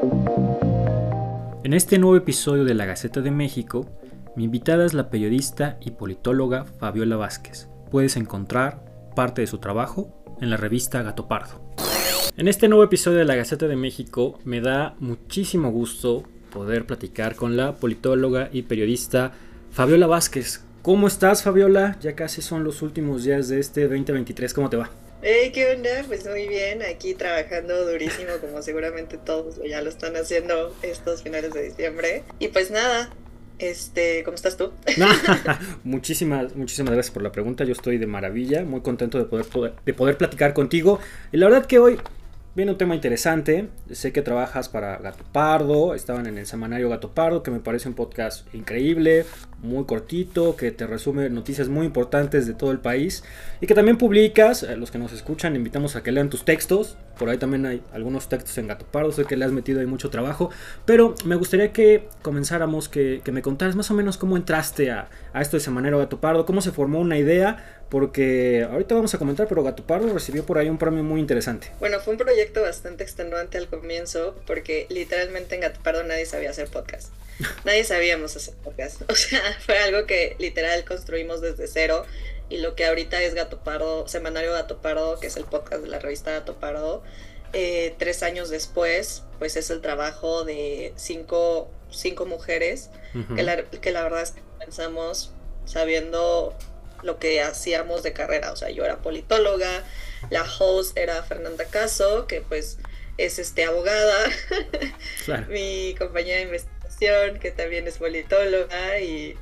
En este nuevo episodio de La Gaceta de México, mi invitada es la periodista y politóloga Fabiola Vázquez. Puedes encontrar parte de su trabajo en la revista Gato Pardo. En este nuevo episodio de La Gaceta de México me da muchísimo gusto poder platicar con la politóloga y periodista Fabiola Vázquez. ¿Cómo estás, Fabiola? Ya casi son los últimos días de este 2023. ¿Cómo te va? Hey, ¿qué onda? Pues muy bien, aquí trabajando durísimo como seguramente todos ya lo están haciendo estos finales de diciembre. Y pues nada, ¿cómo estás tú? Muchísimas gracias por la pregunta. Yo estoy de maravilla, muy contento de poder platicar contigo. Y la verdad que hoy viene un tema interesante. Sé que trabajas para Gato Pardo, estaban en el semanario Gato Pardo, que me parece un podcast increíble, muy cortito, que te resume noticias muy importantes de todo el país y que también publicas. Los que nos escuchan, invitamos a que lean tus textos. Por ahí también hay algunos textos en Gato Pardo, sé que le has metido ahí mucho trabajo, pero me gustaría que comenzáramos, que me contaras más o menos cómo entraste a esto de semanario Gato Pardo, cómo se formó una idea, porque ahorita vamos a comentar, pero Gato Pardo recibió por ahí un premio muy interesante. Bueno, fue un proyecto bastante extenuante al comienzo, porque literalmente en Gato Pardo nadie sabía hacer podcast. Nadie sabíamos hacer podcast. O sea, fue algo que literal construimos desde cero. Y lo que ahorita es Gato Pardo, Semanario Gato Pardo, que es el podcast de la revista Gato Pardo, 3 años después, pues es el trabajo de cinco mujeres, uh-huh. que la verdad es que pensamos sabiendo lo que hacíamos de carrera. O sea, yo era politóloga, la host era Fernanda Caso, que pues es abogada, claro. Mi compañera de investigación, que también es politóloga, y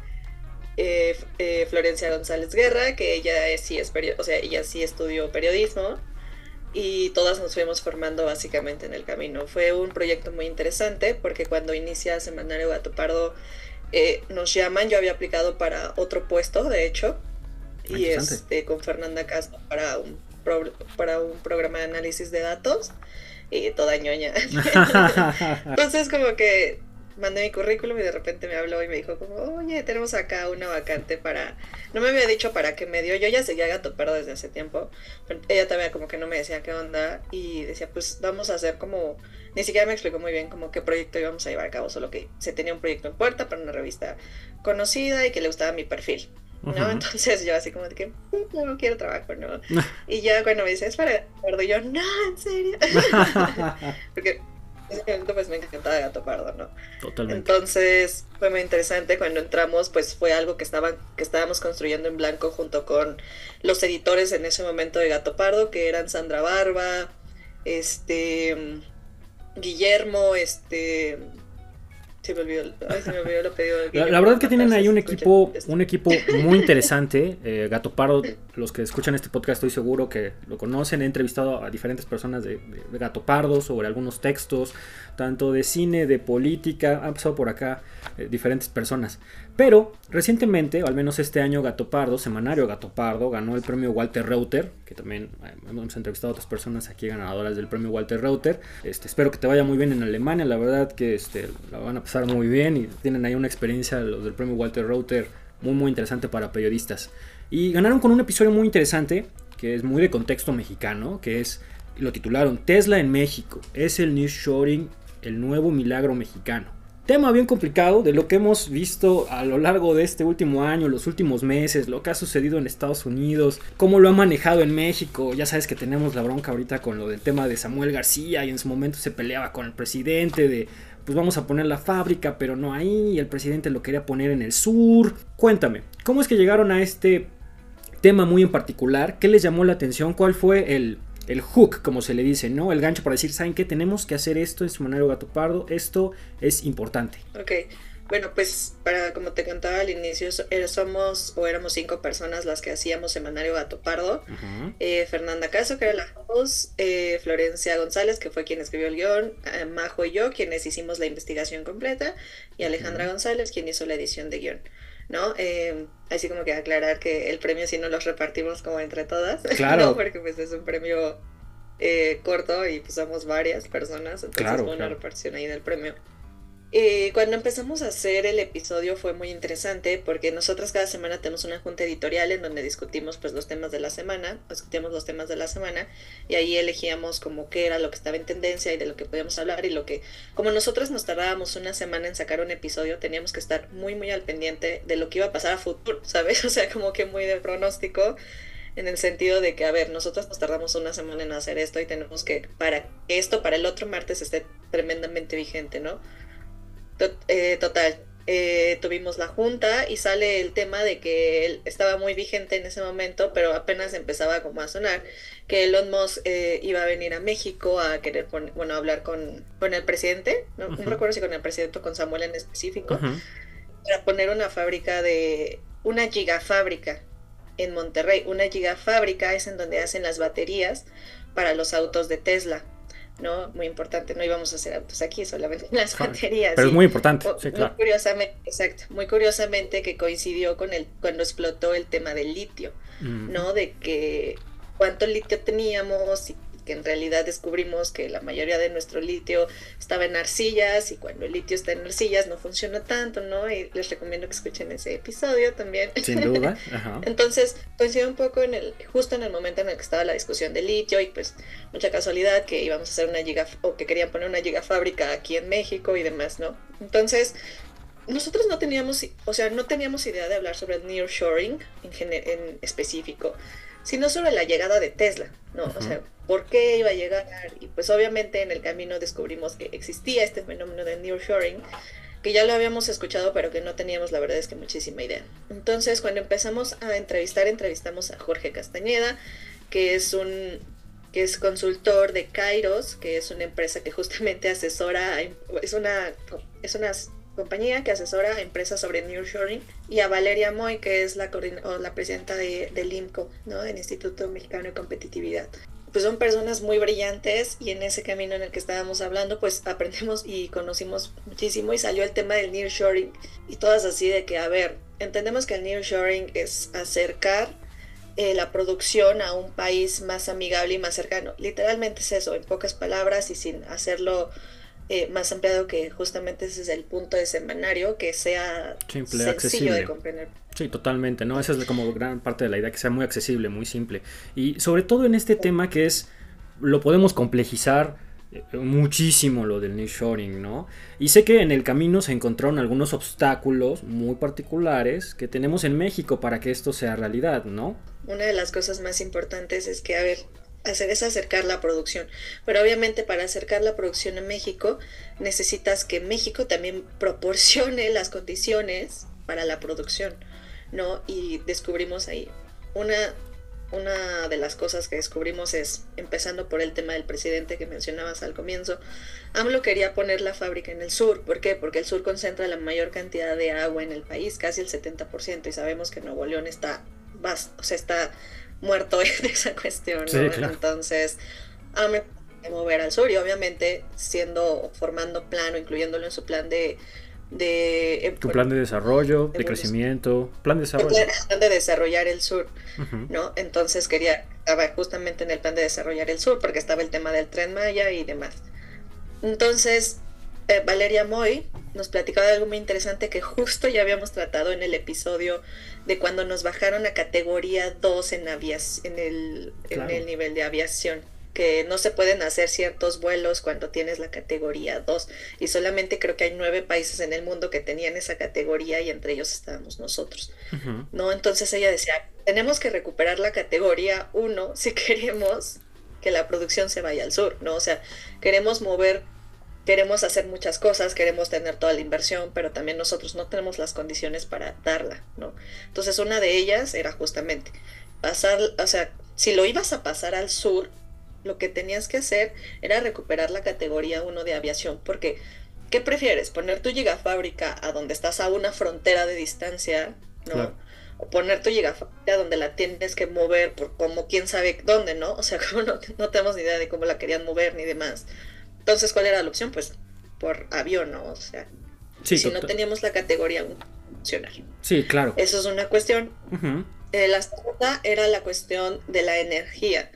Florencia González Guerra, que ella sí ella sí estudió periodismo, y todas nos fuimos formando básicamente en el camino. Fue un proyecto muy interesante porque cuando inicia Semanario Gato Pardo nos llaman. Yo había aplicado para otro puesto, de hecho, y con Fernanda Castro para un programa de análisis de datos, y toda ñoña. Entonces como que mandé mi currículum y de repente me habló y me dijo como, oye, tenemos acá una vacante para... No me había dicho para qué medio, yo ya seguía Gato Pardo desde hace tiempo, pero ella todavía como que no me decía qué onda, y decía, pues vamos a hacer como... Ni siquiera me explicó muy bien como qué proyecto íbamos a llevar a cabo, solo que se tenía un proyecto en puerta para una revista conocida y que le gustaba mi perfil, ¿no? Uh-huh. Entonces yo así como de que no quiero trabajo, ¿no? Y ya cuando me dice, es para Gato Pardo, y yo, no, ¿en serio? Porque en ese momento pues me encantaba Gato Pardo, ¿no? Totalmente. Entonces fue muy interesante. Cuando entramos pues fue algo que estábamos construyendo en blanco junto con los editores en ese momento de Gato Pardo, que eran Sandra Barba, Guillermo, se me olvidó lo pedido de Guillermo. La verdad que tienen ahí un equipo muy interesante. Gato Pardo, los que escuchan este podcast estoy seguro que lo conocen. He entrevistado a diferentes personas de Gato Pardo sobre algunos textos, tanto de cine, de política. Han pasado por acá diferentes personas. Pero recientemente, o al menos este año, Gato Pardo, Semanario Gato Pardo, ganó el premio Walter Reuter, que también hemos entrevistado a otras personas aquí ganadoras del premio Walter Reuter. Espero que te vaya muy bien en Alemania. La verdad que la van a pasar muy bien y tienen ahí una experiencia, los del premio Walter Reuter, muy muy interesante para periodistas. Y ganaron con un episodio muy interesante, que es muy de contexto mexicano, que es, lo titularon Tesla en México, es el nearshoring, el nuevo milagro mexicano. Tema bien complicado de lo que hemos visto a lo largo de este último año, los últimos meses, lo que ha sucedido en Estados Unidos, cómo lo ha manejado en México. Ya sabes que tenemos la bronca ahorita con lo del tema de Samuel García, y en su momento se peleaba con el presidente de, pues vamos a poner la fábrica, pero no ahí, y el presidente lo quería poner en el sur. Cuéntame, ¿cómo es que llegaron a este tema muy en particular? ¿Qué les llamó la atención? ¿Cuál fue el hook, como se le dice, ¿no? El gancho para decir, ¿saben qué? Tenemos que hacer esto en Semanario Gato Pardo, esto es importante. Ok, bueno, pues como te contaba al inicio, éramos 5 personas las que hacíamos Semanario Gato Pardo. Uh-huh. Fernanda Caso, que era la host, Florencia González, que fue quien escribió el guión, Majo y yo, quienes hicimos la investigación completa, y Alejandra uh-huh. González, quien hizo la edición de guión, ¿no? Así como que aclarar que el premio sí no los repartimos como entre todas, claro. ¿no? Porque pues es un premio corto y pues somos varias personas, entonces fue una repartición ahí del premio. Cuando empezamos a hacer el episodio fue muy interesante porque nosotros cada semana tenemos una junta editorial en donde discutimos pues los temas de la semana, discutimos los temas de la semana y ahí elegíamos como qué era lo que estaba en tendencia y de lo que podíamos hablar y lo que, como nosotros nos tardábamos una semana en sacar un episodio, teníamos que estar muy muy al pendiente de lo que iba a pasar a futuro, ¿sabes? O sea, como que muy de pronóstico en el sentido de que, a ver, nosotros nos tardamos una semana en hacer esto y tenemos que, para que esto, para el otro martes esté tremendamente vigente, ¿no? Total, tuvimos la junta y sale el tema de que él estaba muy vigente en ese momento, pero apenas empezaba como a sonar, que Elon Musk iba a venir a México a querer, bueno, hablar con el presidente, no recuerdo si con el presidente o con Samuel en específico, para poner una gigafábrica en Monterrey. Una gigafábrica es en donde hacen las baterías para los autos de Tesla. ¿No? Muy importante, no íbamos a hacer autos aquí, solamente las baterías. Pero es muy importante, sí, claro. Muy curiosamente, exacto, muy curiosamente que coincidió con cuando explotó el tema del litio, ¿no? De que cuánto litio teníamos y que en realidad descubrimos que la mayoría de nuestro litio estaba en arcillas y cuando el litio está en arcillas no funciona tanto, ¿no? Y les recomiendo que escuchen ese episodio también. Sin duda. Ajá. Entonces coincidió un poco justo en el momento en el que estaba la discusión del litio y pues mucha casualidad que íbamos a hacer o que querían poner una gigafábrica aquí en México y demás, ¿no? Entonces nosotros no teníamos idea de hablar sobre el nearshoring en específico, sino sobre la llegada de Tesla, ¿no? O sea, ¿por qué iba a llegar? Y pues obviamente en el camino descubrimos que existía este fenómeno de nearshoring, que ya lo habíamos escuchado, pero que no teníamos, la verdad es que muchísima idea. Entonces, cuando empezamos a entrevistamos a Jorge Castañeda, que es consultor de Kairos, que es una empresa que justamente asesora, es una compañía que asesora a empresas sobre nearshoring, y a Valeria Moy, que es la presidenta del IMCO, ¿no? Del Instituto Mexicano de Competitividad. Pues son personas muy brillantes y en ese camino en el que estábamos hablando, pues aprendemos y conocimos muchísimo y salió el tema del nearshoring y todas así de que, a ver, entendemos que el nearshoring es acercar la producción a un país más amigable y más cercano. Literalmente es eso, en pocas palabras y sin hacerlo más ampliado, que justamente ese es el punto de semanario, que sea simple, sencillo accesible de comprender. Sí, totalmente, ¿no? Esa es como gran parte de la idea, que sea muy accesible, muy simple. Y sobre todo en este tema que lo podemos complejizar muchísimo, lo del nearshoring, ¿no? Y sé que en el camino se encontraron algunos obstáculos muy particulares que tenemos en México para que esto sea realidad, ¿no? Una de las cosas más importantes es que, a ver, es acercar la producción, pero obviamente para acercar la producción a México necesitas que México también proporcione las condiciones para la producción, ¿no? Y descubrimos ahí una de las cosas que descubrimos es, empezando por el tema del presidente que mencionabas al comienzo, AMLO quería poner la fábrica en el sur. ¿Por qué? Porque el sur concentra la mayor cantidad de agua en el país, casi el 70%, y sabemos que Nuevo León está muerto en esa cuestión, ¿no? Sí, claro. Entonces, AMLO mover al sur y obviamente formando plan o incluyéndolo en su plan tu plan de desarrollo, de crecimiento, plan de desarrollo. Plan de desarrollar el sur, ¿no? Entonces estaba justamente en el plan de desarrollar el sur porque estaba el tema del Tren Maya y demás. Entonces, Valeria Moy nos platicaba de algo muy interesante que justo ya habíamos tratado en el episodio de cuando nos bajaron a categoría 2 en el nivel de aviación, que no se pueden hacer ciertos vuelos cuando tienes la categoría 2 y solamente creo que hay 9 países en el mundo que tenían esa categoría y entre ellos estábamos nosotros, ¿no? Entonces ella decía, tenemos que recuperar la categoría 1 si queremos que la producción se vaya al sur, ¿no? O sea, queremos hacer muchas cosas, queremos tener toda la inversión, pero también nosotros no tenemos las condiciones para darla, ¿no? Entonces una de ellas era justamente si lo ibas a pasar al sur, lo que tenías que hacer era recuperar la categoría 1 de aviación, porque ¿qué prefieres? ¿Poner tu gigafábrica a donde estás a una frontera de distancia, ¿no? Claro. O poner tu gigafábrica donde la tienes que mover por como quién sabe dónde, ¿no? O sea, como no tenemos ni idea de cómo la querían mover ni demás. Entonces, ¿cuál era la opción? Pues por avión, ¿no? O sea, sí, si no teníamos la categoría 1 funcionar. Sí, claro. Eso es una cuestión. La segunda era la cuestión de la energía.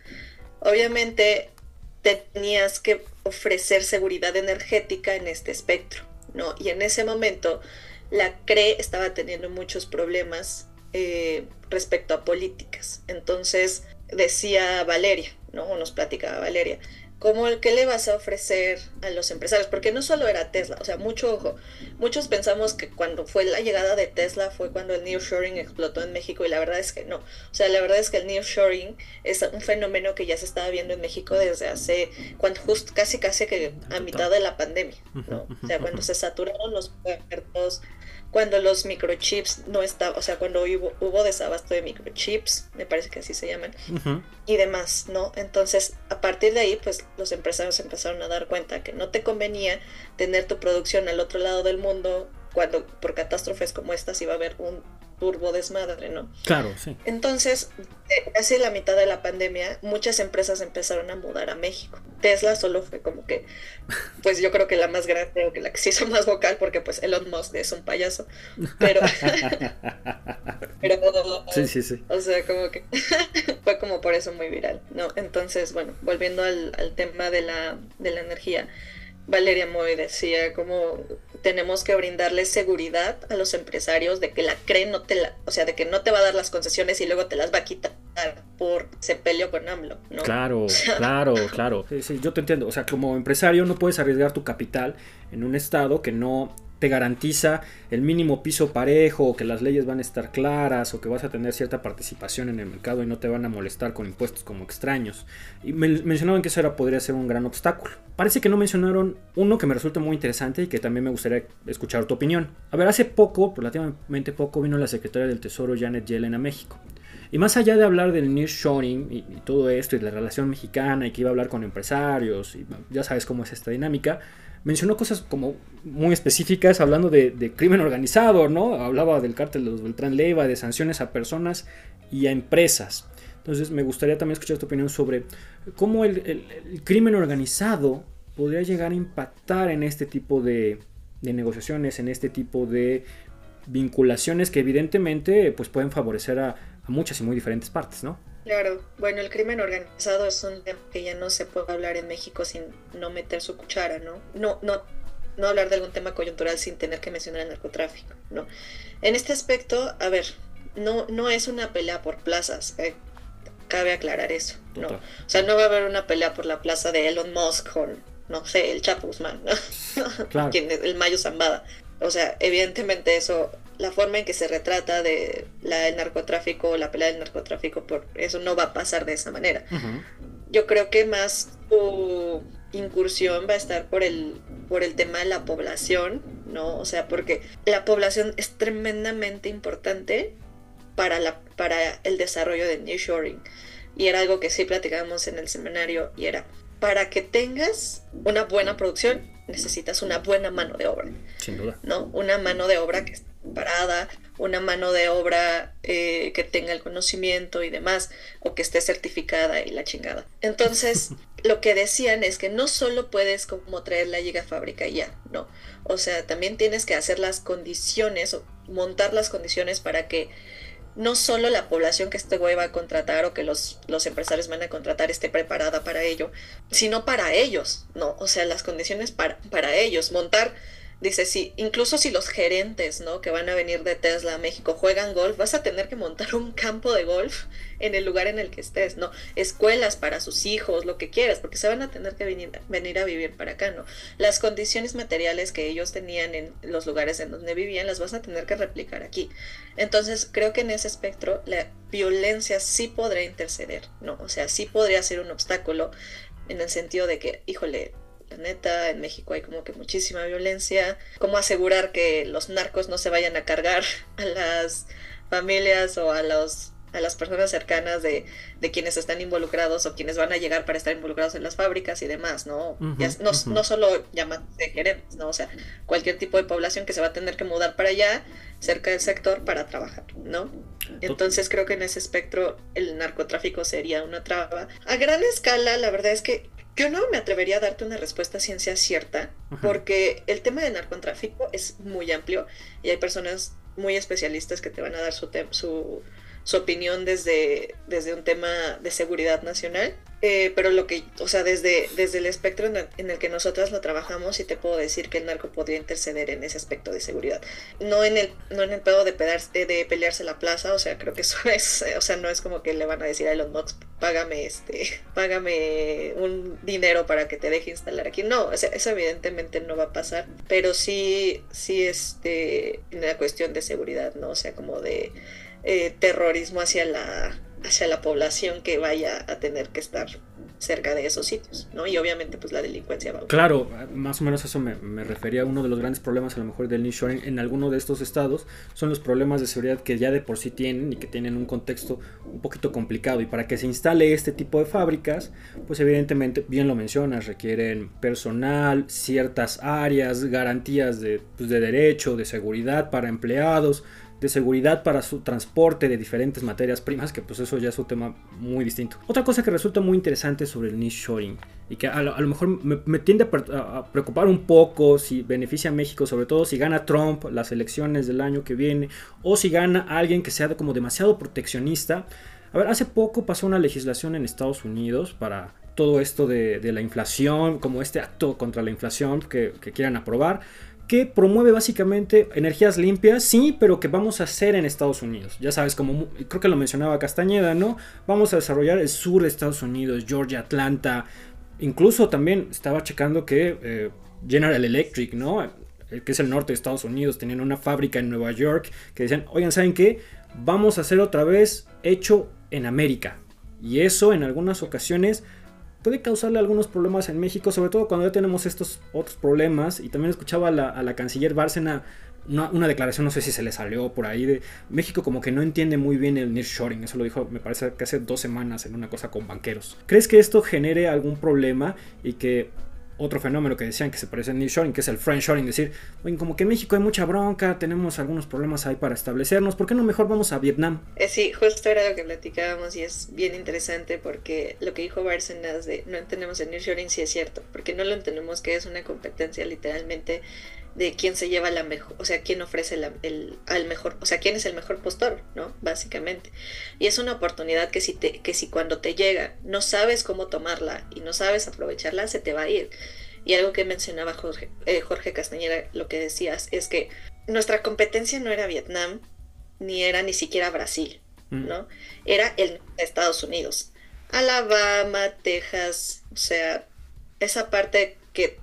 Obviamente tenías que ofrecer seguridad energética en este espectro, ¿no? Y en ese momento la CRE estaba teniendo muchos problemas respecto a políticas. Entonces decía Valeria, ¿no? O nos platicaba Valeria, ¿cómo el que le vas a ofrecer a los empresarios? Porque no solo era Tesla, o sea, mucho ojo. Muchos pensamos que cuando fue la llegada de Tesla fue cuando el nearshoring explotó en México y la verdad es que no. O sea, la verdad es que el nearshoring es un fenómeno que ya se estaba viendo en México desde hace, cuando justo casi que a mitad de la pandemia, ¿no? O sea, cuando se saturaron los puertos, cuando los microchips no estaban, o sea, cuando hubo desabasto de microchips, me parece que así se llaman, y demás, ¿no? Entonces, a partir de ahí, pues los empresarios empezaron a dar cuenta que no te convenía tener tu producción al otro lado del mundo cuando por catástrofes como estas iba a haber un turbo desmadre, ¿no? Claro, sí. Entonces, casi la mitad de la pandemia, muchas empresas empezaron a mudar a México. Tesla solo fue como que, pues yo creo que la más grande o que la que se hizo más vocal, porque pues Elon Musk es un payaso, pero sí. O sea, como que fue como por eso muy viral, ¿no? Entonces, bueno, volviendo al tema de la energía, Valeria Moy decía como tenemos que brindarle seguridad a los empresarios de que la CRE o sea, de que no te va a dar las concesiones y luego te las va a quitar por se peleó con AMLO, ¿no? Claro. Sí, yo te entiendo. O sea, como empresario no puedes arriesgar tu capital en un estado que no te garantiza el mínimo piso parejo, o que las leyes van a estar claras, o que vas a tener cierta participación en el mercado y no te van a molestar con impuestos como extraños. Y mencionaban que eso podría ser un gran obstáculo. Parece que no mencionaron uno que me resulta muy interesante y que también me gustaría escuchar tu opinión. A ver, hace poco, relativamente poco, vino la secretaria del Tesoro Janet Yellen a México. Y más allá de hablar del nearshoring y todo esto y de la relación mexicana y que iba a hablar con empresarios, y ya sabes cómo es esta dinámica, mencionó cosas como muy específicas hablando de crimen organizado, ¿no? Hablaba del cártel de los Beltrán Leiva, de sanciones a personas y a empresas. Entonces me gustaría también escuchar tu opinión sobre cómo el crimen organizado podría llegar a impactar en este tipo de negociaciones, en este tipo de vinculaciones que evidentemente pues pueden favorecer a muchas y muy diferentes partes, ¿no? Claro, bueno, el crimen organizado es un tema que ya no se puede hablar en México sin no meter su cuchara, ¿no? No hablar de algún tema coyuntural sin tener que mencionar el narcotráfico, ¿no? En este aspecto, a ver, no es una pelea por plazas, cabe aclarar eso, ¿no? O sea, no va a haber una pelea por la plaza de Elon Musk con, no sé, el Chapo Guzmán, ¿no? Claro. El Mayo Zambada. O sea, evidentemente eso, la forma en que se retrata de el narcotráfico, la pelea del narcotráfico, por eso no va a pasar de esa manera. Yo creo que más tu incursión va a estar por el tema de la población, ¿no? O sea, porque la población es tremendamente importante para el desarrollo de nearshoring. Y era algo que sí platicábamos en el seminario, y era, para que tengas una buena producción, necesitas una buena mano de obra. Sin duda. ¿No? Una mano de obra que esté preparada, una mano de obra que tenga el conocimiento y demás, o que esté certificada y la chingada. Entonces, lo que decían es que no solo puedes como traer la gigafábrica y ya, no. O sea, también tienes que hacer las condiciones, o montar las condiciones para que no solo la población que este güey va a contratar o que los empresarios van a contratar esté preparada para ello, sino para ellos, ¿no? O sea, las condiciones para ellos. Montar, dice, sí, incluso si los gerentes, ¿no? Que van a venir de Tesla a México juegan golf, vas a tener que montar un campo de golf en el lugar en el que estés, ¿no? Escuelas para sus hijos, lo que quieras, porque se van a tener que venir a vivir para acá, ¿no? Las condiciones materiales que ellos tenían en los lugares en donde vivían las vas a tener que replicar aquí. Entonces, creo que en ese espectro la violencia sí podría interceder, ¿no? O sea, sí podría ser un obstáculo en el sentido de que, híjole, la neta, en México hay como que muchísima violencia. ¿Cómo asegurar que los narcos no se vayan a cargar a las familias o a las personas cercanas de quienes están involucrados o quienes van a llegar para estar involucrados en las fábricas y demás, ¿no? No solo llamándose gerentes, ¿no? O sea, cualquier tipo de población que se va a tener que mudar para allá, cerca del sector, para trabajar, ¿no? Entonces creo que en ese espectro el narcotráfico sería una traba. A gran escala, la verdad es que yo no me atrevería a darte una respuesta ciencia cierta, porque el tema del narcotráfico es muy amplio y hay personas muy especialistas que te van a dar su su opinión desde un tema de seguridad nacional. Pero lo que, o sea, desde el espectro en el que nosotras lo trabajamos, sí te puedo decir que el narco podría interceder en ese aspecto de seguridad. No en el pedo de pelearse la plaza, o sea, creo que eso es, o sea, no es como que le van a decir a Elon Musk, págame un dinero para que te deje instalar aquí. No, o sea, eso evidentemente no va a pasar, pero sí, en la cuestión de seguridad, ¿no? O sea, como de terrorismo hacia la población que vaya a tener que estar cerca de esos sitios, ¿no? Y obviamente pues la delincuencia va a... Claro, más o menos eso me refería a uno de los grandes problemas a lo mejor del nearshoring en alguno de estos estados, son los problemas de seguridad que ya de por sí tienen y que tienen un contexto un poquito complicado, y para que se instale este tipo de fábricas, pues evidentemente, bien lo mencionas, requieren personal, ciertas áreas, garantías de derecho, de seguridad para empleados, de seguridad para su transporte de diferentes materias primas, que pues eso ya es un tema muy distinto. Otra cosa que resulta muy interesante sobre el nearshoring y que a lo mejor me tiende a preocupar un poco si beneficia a México, sobre todo si gana Trump las elecciones del año que viene, o si gana alguien que sea como demasiado proteccionista. A ver, hace poco pasó una legislación en Estados Unidos para todo esto de la inflación, como este acto contra la inflación que quieran aprobar, que promueve básicamente energías limpias, sí, pero que vamos a hacer en Estados Unidos. Ya sabes, como creo que lo mencionaba Castañeda, ¿no? Vamos a desarrollar el sur de Estados Unidos, Georgia, Atlanta. Incluso también estaba checando que General Electric, ¿no? Que es el norte de Estados Unidos, tenían una fábrica en Nueva York que decían, oigan, ¿saben qué? Vamos a hacer otra vez hecho en América. Y eso en algunas ocasiones puede causarle algunos problemas en México, sobre todo cuando ya tenemos estos otros problemas. Y también escuchaba a la canciller Bárcena una declaración, no sé si se le salió por ahí, de México como que no entiende muy bien el nearshoring. Eso lo dijo, me parece que hace 2 semanas en una cosa con banqueros. ¿Crees que esto genere algún problema y que otro fenómeno que decían que se parece al nearshoring, que es el friendshoring, decir, oye, como que en México hay mucha bronca, tenemos algunos problemas ahí para establecernos, ¿por qué no mejor vamos a Vietnam? Sí, justo era lo que platicábamos y es bien interesante porque lo que dijo Bárcenas de no entendemos el nearshoring sí es cierto, porque no lo entendemos que es una competencia literalmente de quién se lleva la mejor, o sea, quién ofrece al mejor, o sea, quién es el mejor postor, ¿no? Básicamente. Y es una oportunidad que si cuando te llega no sabes cómo tomarla y no sabes aprovecharla, se te va a ir. Y algo que mencionaba Jorge Castañeda, lo que decías, es que nuestra competencia no era Vietnam, ni era ni siquiera Brasil, ¿no? Era Estados Unidos. Alabama, Texas, o sea, esa parte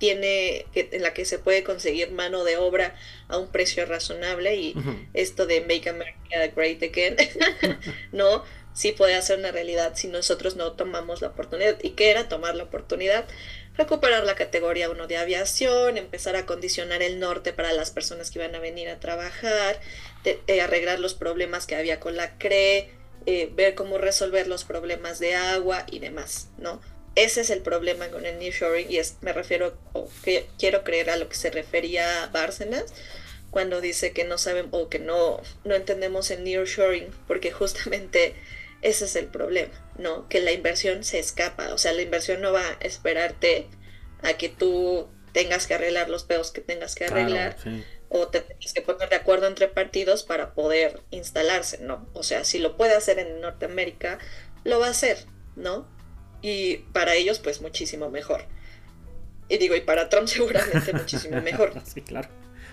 en la que se puede conseguir mano de obra a un precio razonable y esto de Make America Great Again, ¿no? Sí puede hacer una realidad si nosotros no tomamos la oportunidad. ¿Y qué era tomar la oportunidad? Recuperar la categoría 1 de aviación, empezar a condicionar el norte para las personas que iban a venir a trabajar, arreglar los problemas que había con la CRE, ver cómo resolver los problemas de agua y demás, ¿no? Ese es el problema con el nearshoring y me refiero, o que quiero creer a lo que se refería Bárcenas cuando dice que no saben o que no entendemos el nearshoring, porque justamente ese es el problema, ¿no? Que la inversión se escapa, o sea, la inversión no va a esperarte a que tú tengas que arreglar los pedos que tengas que arreglar, claro, sí, o te tienes que poner de acuerdo entre partidos para poder instalarse, ¿no? O sea, si lo puede hacer en Norteamérica, lo va a hacer, ¿no? Y para ellos, pues, muchísimo mejor. Y digo, y para Trump seguramente muchísimo mejor. Sí, claro.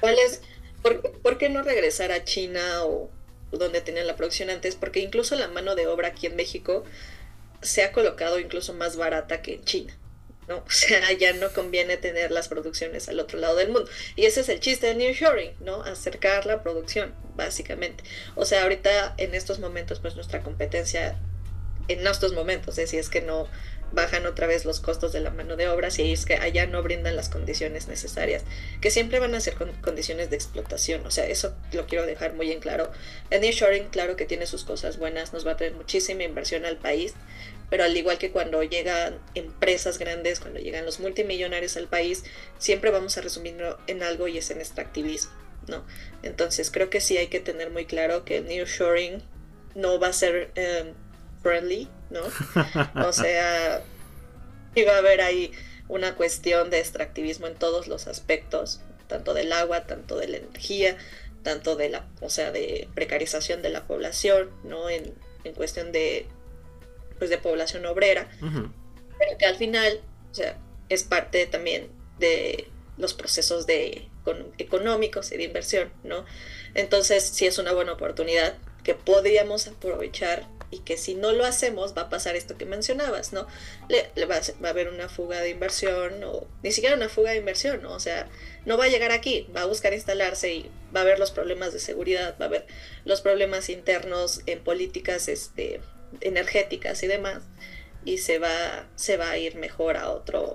¿Por qué no regresar a China o donde tenían la producción antes? Porque incluso la mano de obra aquí en México se ha colocado incluso más barata que en China, ¿no? O sea, ya no conviene tener las producciones al otro lado del mundo. Y ese es el chiste de nearshoring, ¿no? Acercar la producción, básicamente. O sea, ahorita, en estos momentos, pues nuestra competencia, en estos momentos, si es que no bajan otra vez los costos de la mano de obra, si es que allá no brindan las condiciones necesarias, que siempre van a ser condiciones de explotación. O sea, eso lo quiero dejar muy en claro. El nearshoring, claro que tiene sus cosas buenas, nos va a traer muchísima inversión al país, pero al igual que cuando llegan empresas grandes, cuando llegan los multimillonarios al país, siempre vamos a resumirlo en algo y es en extractivismo, ¿no? Entonces creo que sí hay que tener muy claro que el nearshoring no va a ser friendly, ¿no? O sea, iba a haber ahí una cuestión de extractivismo en todos los aspectos, tanto del agua, tanto de la energía, tanto de la, o sea, de precarización de la población, ¿no? En cuestión de, pues, de población obrera, pero que al final, o sea, es parte también de los procesos económicos y de inversión, ¿no? Entonces, sí es una buena oportunidad que podríamos aprovechar, y que si no lo hacemos va a pasar esto que mencionabas, ¿no? Va a haber una fuga de inversión, o ni siquiera una fuga de inversión, ¿no? O sea, no va a llegar aquí, va a buscar instalarse y va a haber los problemas de seguridad, va a haber los problemas internos en políticas energéticas y demás, y se va a ir mejor a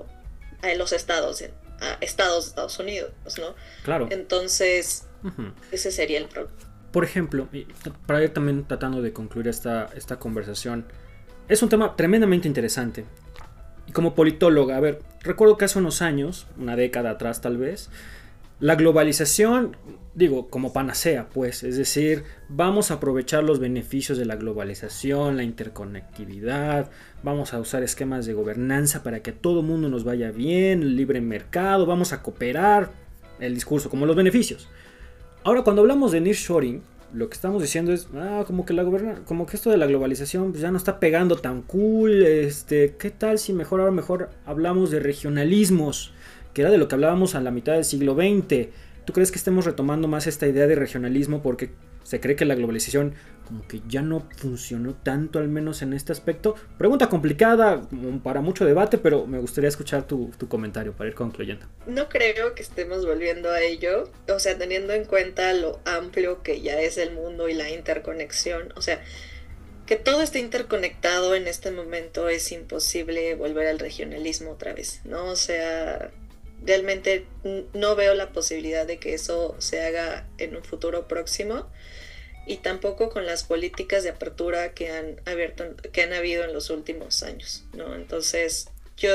los estados, a estados de Estados Unidos, ¿no? Claro. Entonces, ese sería el problema. Por ejemplo, para ir también tratando de concluir esta conversación, es un tema tremendamente interesante. Y como politóloga, a ver, recuerdo que hace unos años, una década atrás tal vez, la globalización, digo, como panacea, pues, es decir, vamos a aprovechar los beneficios de la globalización, la interconectividad, vamos a usar esquemas de gobernanza para que a todo mundo nos vaya bien, el libre mercado, vamos a cooperar, el discurso, como los beneficios. Ahora, cuando hablamos de nearshoring, lo que estamos diciendo es, como que esto de la globalización pues ya no está pegando tan cool, ¿qué tal si mejor hablamos de regionalismos? Que era de lo que hablábamos a la mitad del siglo XX. ¿Tú crees que estemos retomando más esta idea de regionalismo porque se cree que la globalización como que ya no funcionó tanto, al menos en este aspecto? Pregunta complicada, para mucho debate, pero me gustaría escuchar tu comentario para ir concluyendo. No creo que estemos volviendo a ello, o sea, teniendo en cuenta lo amplio que ya es el mundo y la interconexión, o sea, que todo esté interconectado en este momento, es imposible volver al regionalismo otra vez, ¿no? O sea, realmente no veo la posibilidad de que eso se haga en un futuro próximo, y tampoco con las políticas de apertura que han habido en los últimos años, ¿no? Entonces,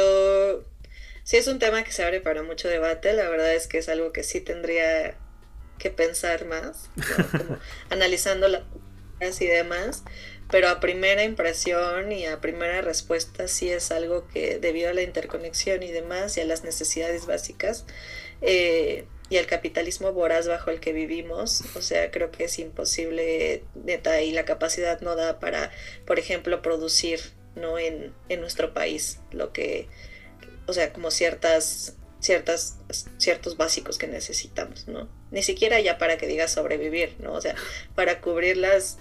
sí es un tema que se abre para mucho debate. La verdad es que es algo que sí tendría que pensar más, ¿no? Como analizando las y demás, pero a primera impresión y a primera respuesta sí es algo que, debido a la interconexión y demás y a las necesidades básicas, y al capitalismo voraz bajo el que vivimos, o sea, creo que es imposible, neta, y la capacidad no da para, por ejemplo, producir, ¿no? en nuestro país lo que, o sea, como ciertos básicos que necesitamos, ¿no? Ni siquiera ya para que digas sobrevivir, ¿no? O sea, para cubrir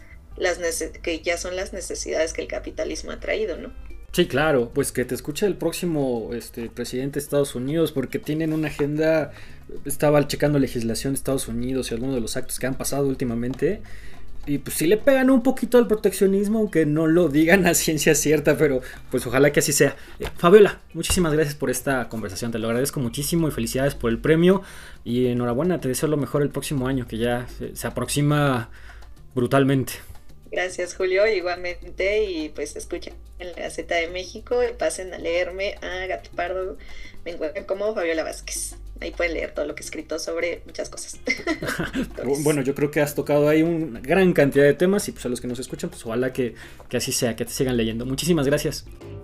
que ya son las necesidades que el capitalismo ha traído, ¿no? Sí, claro, pues que te escuche el próximo presidente de Estados Unidos, porque tienen una agenda. Estaba checando legislación de Estados Unidos y algunos de los actos que han pasado últimamente, y pues sí le pegan un poquito al proteccionismo, aunque no lo digan a ciencia cierta, pero pues ojalá que así sea. Fabiola, muchísimas gracias por esta conversación, te lo agradezco muchísimo y felicidades por el premio, y enhorabuena, te deseo lo mejor el próximo año, que ya se aproxima brutalmente. Gracias, Julio, igualmente, y pues escuchen en la Gaceta de México y pasen a leerme a Gato Pardo. Me encuentran como Fabiola Vázquez. Ahí pueden leer todo lo que he escrito sobre muchas cosas. Bueno, yo creo que has tocado ahí una gran cantidad de temas, y pues a los que nos escuchan, pues ojalá que así sea, que te sigan leyendo. Muchísimas gracias.